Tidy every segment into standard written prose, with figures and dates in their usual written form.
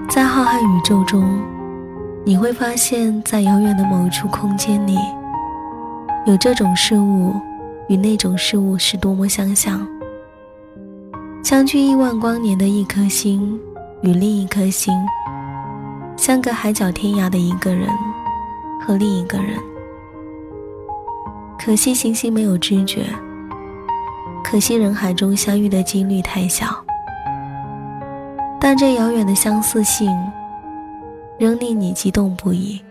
在浩瀚宇宙中，你会发现在遥远的某一处空间里，有这种事物与那种事物是多么相像。相距亿万光年的一颗星与另一颗星，相隔海角天涯的一个人和另一个人。可惜行星没有知觉，可惜人海中相遇的几率太小，但这遥远的相似性仍令你激动不已，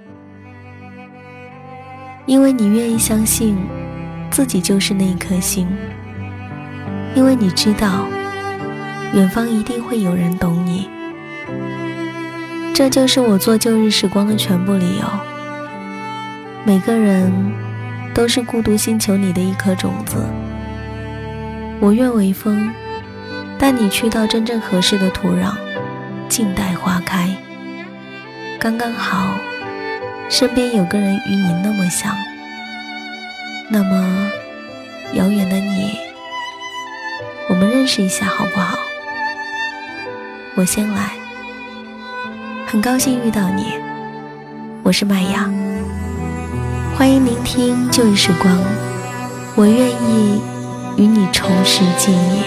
因为你愿意相信自己就是那一颗星，因为你知道远方一定会有人懂你。这就是我做旧日时光的全部理由。每个人都是孤独星球里的一颗种子，我愿为风，带你去到真正合适的土壤，静待花开。刚刚好，身边有个人与你那么像，那么遥远的你，我们认识一下好不好？我先来，很高兴遇到你，我是麦雅，欢迎聆听旧日时光，我愿意与你重拾记忆。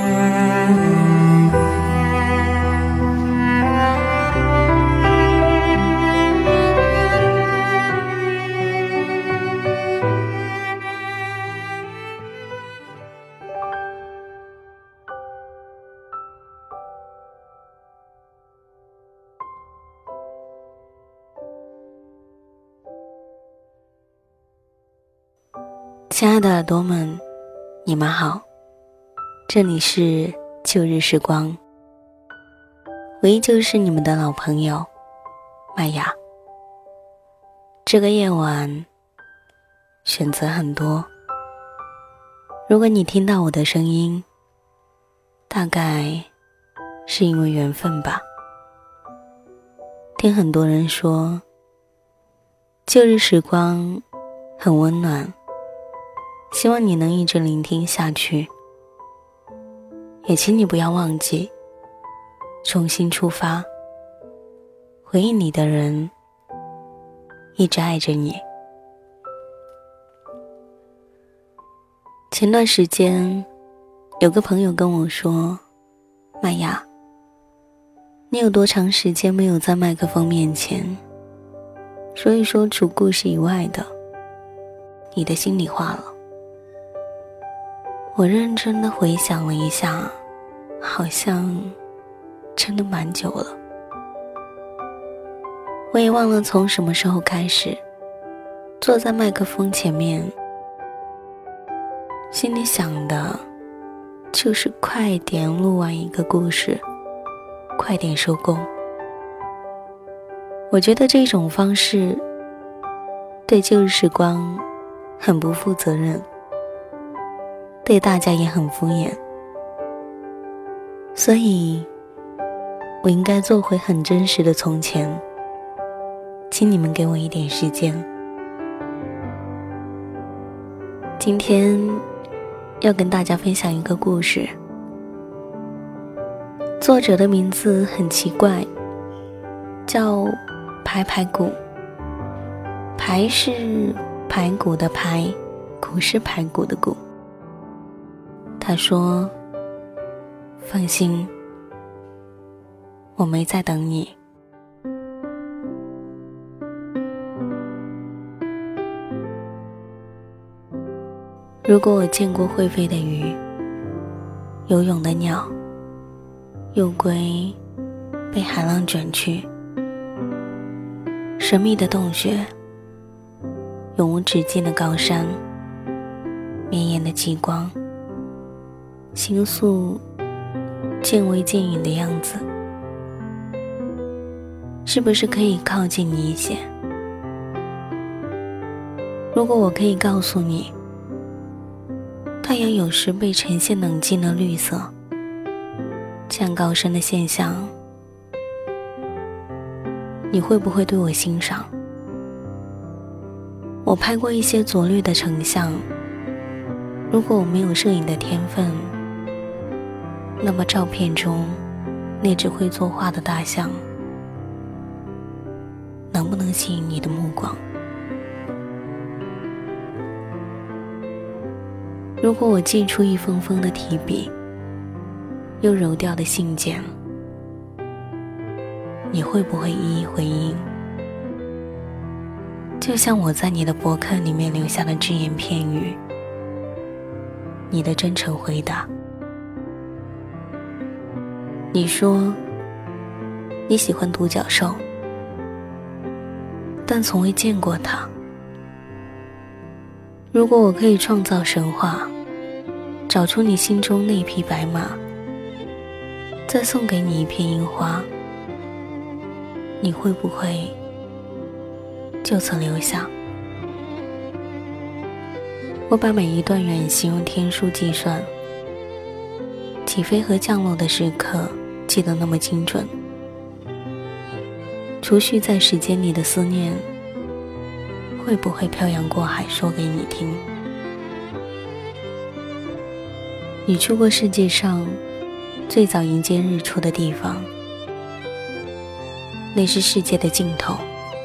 亲爱的耳朵们，你们好，这里是旧日时光，我依旧是你们的老朋友麦雅。这个夜晚选择很多，如果你听到我的声音，大概是因为缘分吧。听很多人说旧日时光很温暖，希望你能一直聆听下去，也请你不要忘记重新出发，回应你的人一直爱着你。前段时间有个朋友跟我说，麦雅，你有多长时间没有在麦克风面前说一说除故事以外的你的心里话了？我认真地回想了一下，好像真的蛮久了。我也忘了从什么时候开始，坐在麦克风前面，心里想的就是快点录完一个故事，快点收工。我觉得这种方式对旧日时光很不负责任，对大家也很敷衍，所以我应该做回很真实的从前，请你们给我一点时间。今天要跟大家分享一个故事，作者的名字很奇怪，叫排排骨。排是排骨的排，骨是排骨的骨。他说，放心，我没在等你。如果我见过会飞的鱼，游泳的鸟，幼龟被海浪卷去，神秘的洞穴，永无止境的高山，绵延的极光，星宿渐微渐隐的样子，是不是可以靠近你一些？如果我可以告诉你，太阳有时被呈现冷静的绿色，这样高深的现象，你会不会对我欣赏？我拍过一些拙劣的成像，如果我没有摄影的天分，那么照片中那只会作画的大象能不能吸引你的目光。如果我寄出一封封的提笔，又揉掉的信件，你会不会一一回应？就像我在你的博客里面留下的只言片语，你的真诚回答。你说你喜欢独角兽，但从未见过它。如果我可以创造神话，找出你心中那匹白马，再送给你一片樱花，你会不会就此留下？我把每一段远行用天数计算，起飞和降落的时刻记得那么精准，储蓄在时间里的思念，会不会漂洋过海说给你听？你去过世界上最早迎接日出的地方，那是世界的尽头。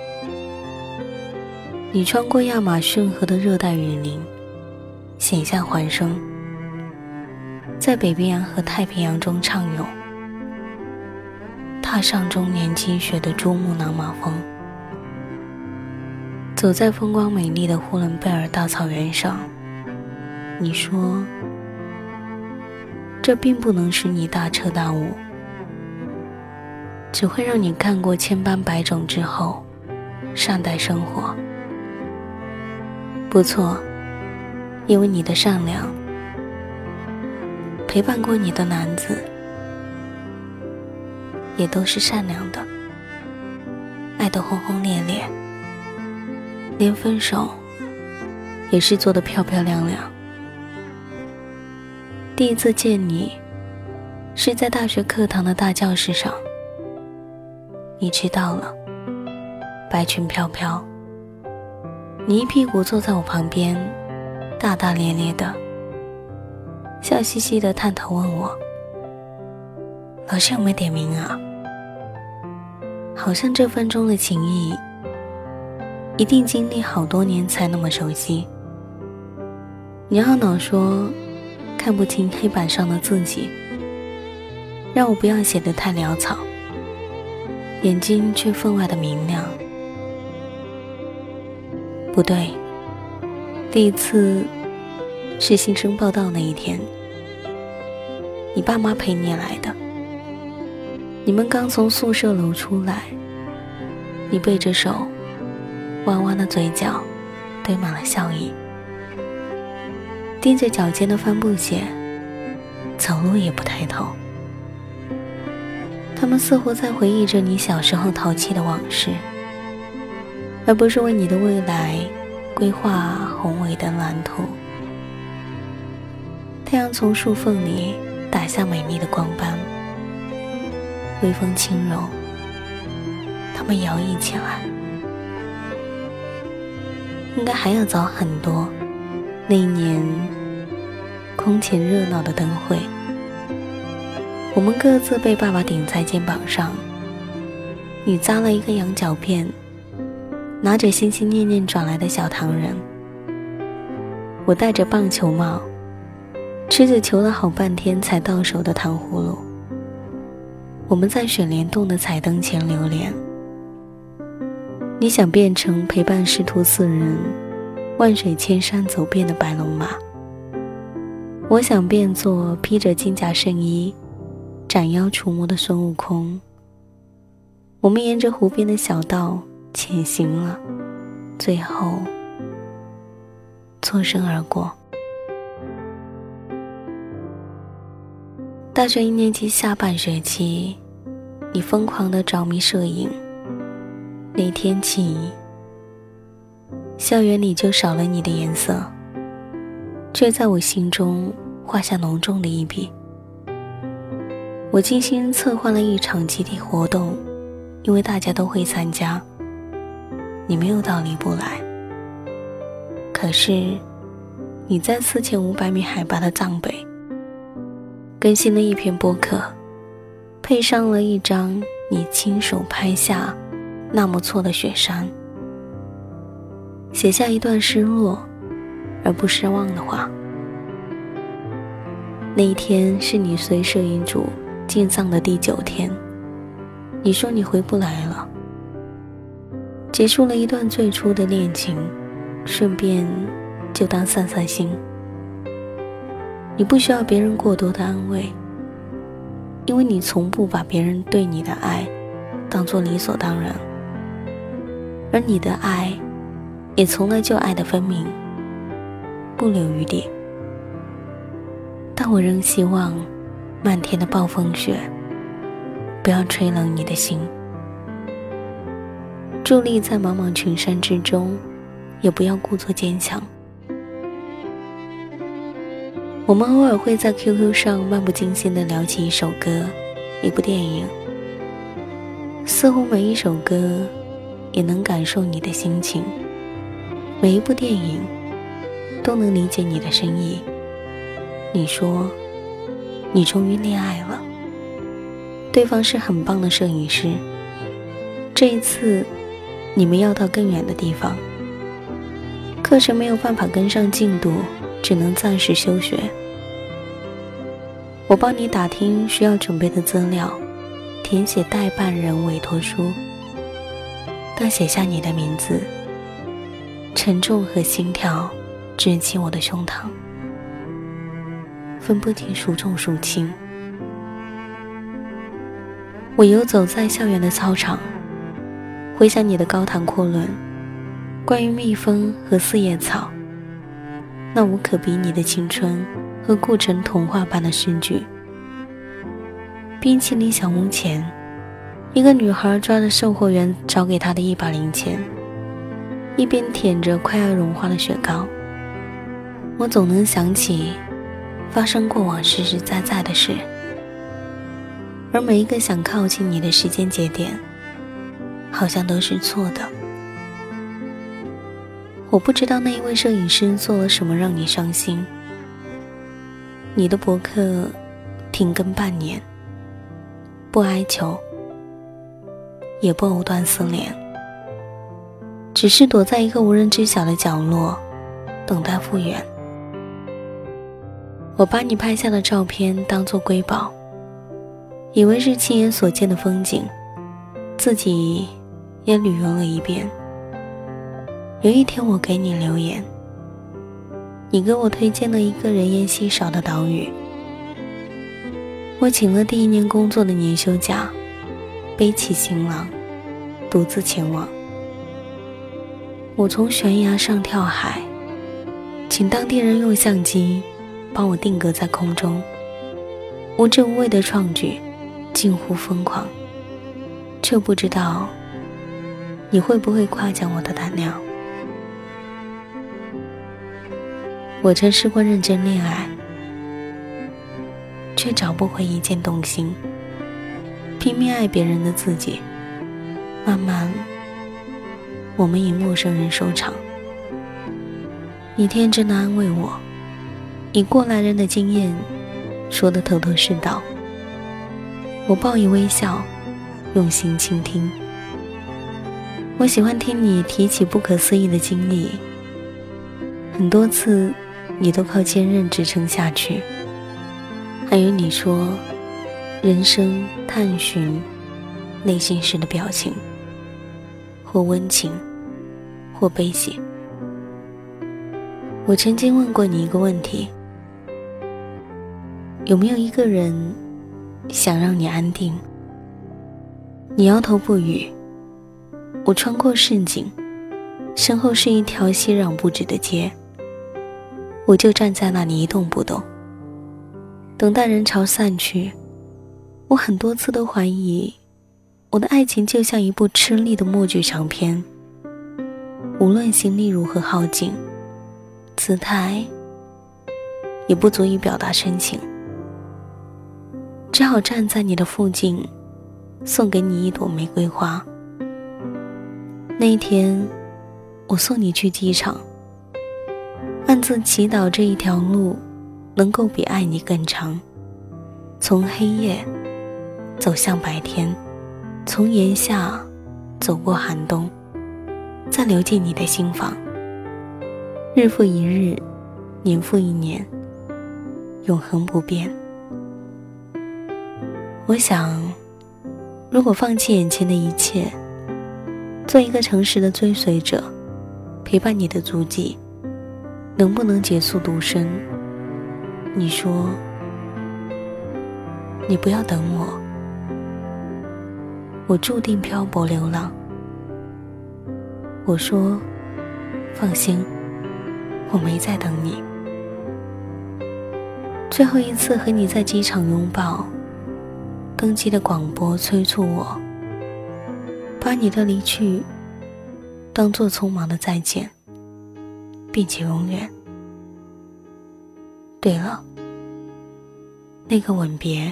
你穿过亚马逊河的热带雨林，险象环生，在北冰洋和太平洋中畅游，踏上终年积雪的珠穆朗玛峰，走在风光美丽的呼伦贝尔大草原上。你说这并不能使你大彻大悟，只会让你看过千般百种之后善待生活。不错，因为你的善良，陪伴过你的男子也都是善良的，爱得轰轰烈烈，连分手也是做得漂漂亮亮。第一次见你是在大学课堂的大教室上，你迟到了，白裙飘飘，你一屁股坐在我旁边，大大咧咧的，笑嘻嘻的探头问我，老师有没有点名啊？好像这分钟的情谊一定经历好多年才那么熟悉。你懊恼说看不清黑板上的字迹，让我不要写得太潦草，眼睛却分外的明亮。不对，第一次是新生报到那一天，你爸妈陪你来的，你们刚从宿舍楼出来，你背着手，弯弯的嘴角堆满了笑意，踮着脚尖的帆布鞋，走路也不抬头。他们似乎在回忆着你小时候淘气的往事，而不是为你的未来规划宏伟的蓝图。太阳从树缝里打下美丽的光斑，微风轻柔，它们摇曳起来。应该还要早很多，那一年空前热闹的灯会，我们各自被爸爸顶在肩膀上，你扎了一个羊角辫，拿着心心念念转来的小糖人，我戴着棒球帽，吃着求了好半天才到手的糖葫芦。我们在雪莲洞的彩灯前流连，你想变成陪伴师徒4人万水千山走遍的白龙马，我想变作披着金甲圣衣斩妖除魔的孙悟空。我们沿着湖边的小道前行了，最后错身而过。大学1年级下半学期，你疯狂地着迷摄影，那天起校园里就少了你的颜色，却在我心中画下浓重的一笔。我精心策划了一场集体活动，因为大家都会参加，你没有到离不来。可是你在4500米海拔的藏北更新了一篇播客，配上了一张你亲手拍下那么错的雪山，写下一段失落而不失望的话。那一天是你随摄影组进藏的第9天，你说你回不来了，结束了一段最初的恋情，顺便就当散散心。你不需要别人过多的安慰，因为你从不把别人对你的爱当作理所当然，而你的爱也从来就爱得分明，不留余地。但我仍希望漫天的暴风雪不要吹冷你的心，伫立在茫茫群山之中，也不要故作坚强。我们偶尔会在 QQ 上漫不经心地聊起一首歌，一部电影，似乎每一首歌也能感受你的心情，每一部电影都能理解你的深意。你说你终于恋爱了，对方是很棒的摄影师，这一次你们要到更远的地方，课程没有办法跟上进度，只能暂时休学。我帮你打听需要准备的资料，填写代办人委托书，但写下你的名字，沉重和心跳直击我的胸膛，分不清孰重孰轻。我游走在校园的操场，回想你的高谈阔论，关于蜜蜂和四叶草，那无可比拟的青春和顾城童话般的诗句。冰淇淋小屋前，一个女孩抓着售货员找给她的1把零钱，一边舔着快要融化的雪糕。我总能想起发生过往实实在在的事，而每一个想靠近你的时间节点，好像都是错的。我不知道那一位摄影师做了什么让你伤心。你的博客停更半年，不哀求，也不藕断丝连，只是躲在一个无人知晓的角落，等待复原。我把你拍下的照片当作瑰宝，以为是亲眼所见的风景，自己也旅游了一遍。有一天我给你留言，你给我推荐了一个人烟稀少的岛屿。我请了第1年工作的年休假，背起行囊，独自前往。我从悬崖上跳海，请当地人用相机帮我定格在空中。无知无畏的创举，近乎疯狂，却不知道你会不会夸奖我的胆量。我曾试过认真恋爱，却找不回一见动心，拼命爱别人的自己，慢慢我们以陌生人收场。你天真的安慰我，以过来人的经验说得头头是道，我报以微笑，用心倾听。我喜欢听你提起不可思议的经历，很多次你都靠坚韧支撑下去。还有你说人生探寻内心时的表情，或温情或悲喜。我曾经问过你一个问题，有没有一个人想让你安定？你摇头不语。我穿过市井，身后是一条熙攘不止的街，我就站在那里一动不动，等待人潮散去。我很多次都怀疑，我的爱情就像一部吃力的默剧长片，无论心力如何耗尽，姿态也不足以表达深情，只好站在你的附近，送给你一朵玫瑰花。那一天，我送你去机场，暗自祈祷这一条路能够比爱你更长，从黑夜走向白天，从炎夏走过寒冬，再流进你的心房，日复一日，年复一年，永恒不变。我想，如果放弃眼前的一切，做一个诚实的追随者，陪伴你的足迹，能不能结束独身？你说，你不要等我，我注定漂泊流浪。我说，放心，我没在等你。最后一次和你在机场拥抱，登机的广播催促我，把你的离去当作匆忙的再见，并且永远。对了，那个吻别，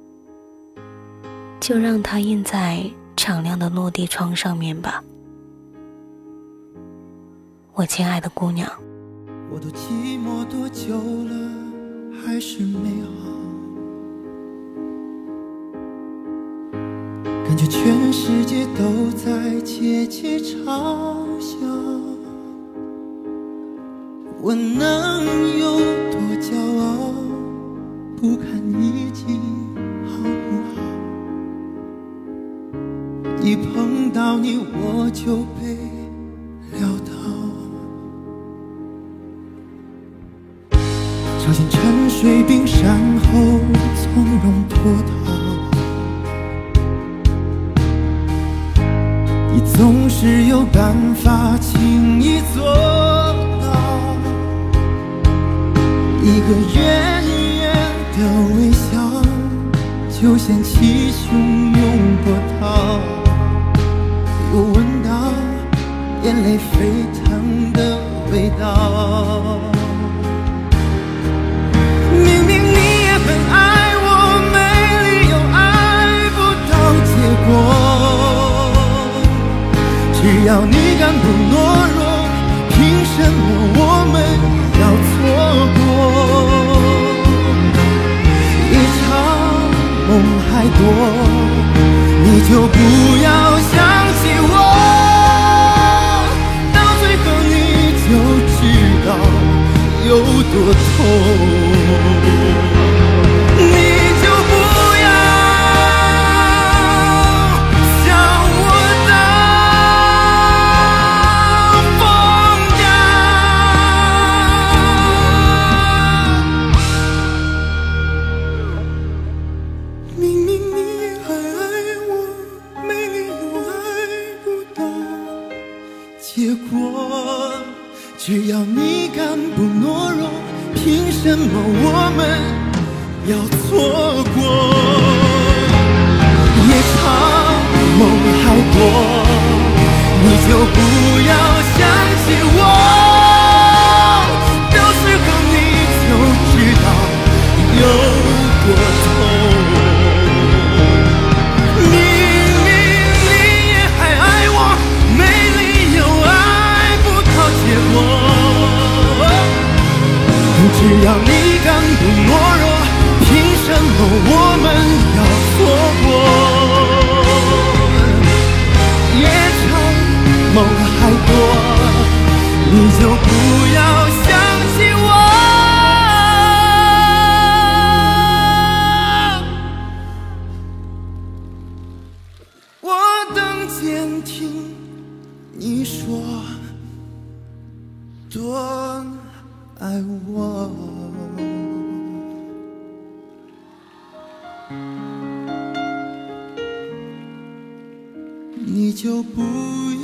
就让它印在敞亮的落地窗上面吧，我亲爱的姑娘。 我都寂寞多久了，还是美好，感觉全世界都在窃窃嘲笑，我能有多骄傲，不看已经好不好，一碰到你我就被撂倒，尝尽沉水冰山后从容脱逃，你总是有办法轻易做到，一个远远的微笑就掀起汹涌波涛，又闻到眼泪沸腾的味道。明明你也很爱我，没理由爱不到结果，只要你敢不懦弱，凭什么我们要错过？一场梦还多，你就不要想起我，到最后你就知道有多痛。你就不要笑我的疯癫，明明你也很爱我，没理由爱不到结果，只要你敢不懦弱，凭什么我们要错过？夜长梦还多，你就不要想起我，到时候你就知道有多痛。明明你也还爱我，没理由爱不到结果，只要你敢不懦弱，凭什么我们要错过？夜长梦还多，你就不要想起我，我等监听你说多爱我。你就不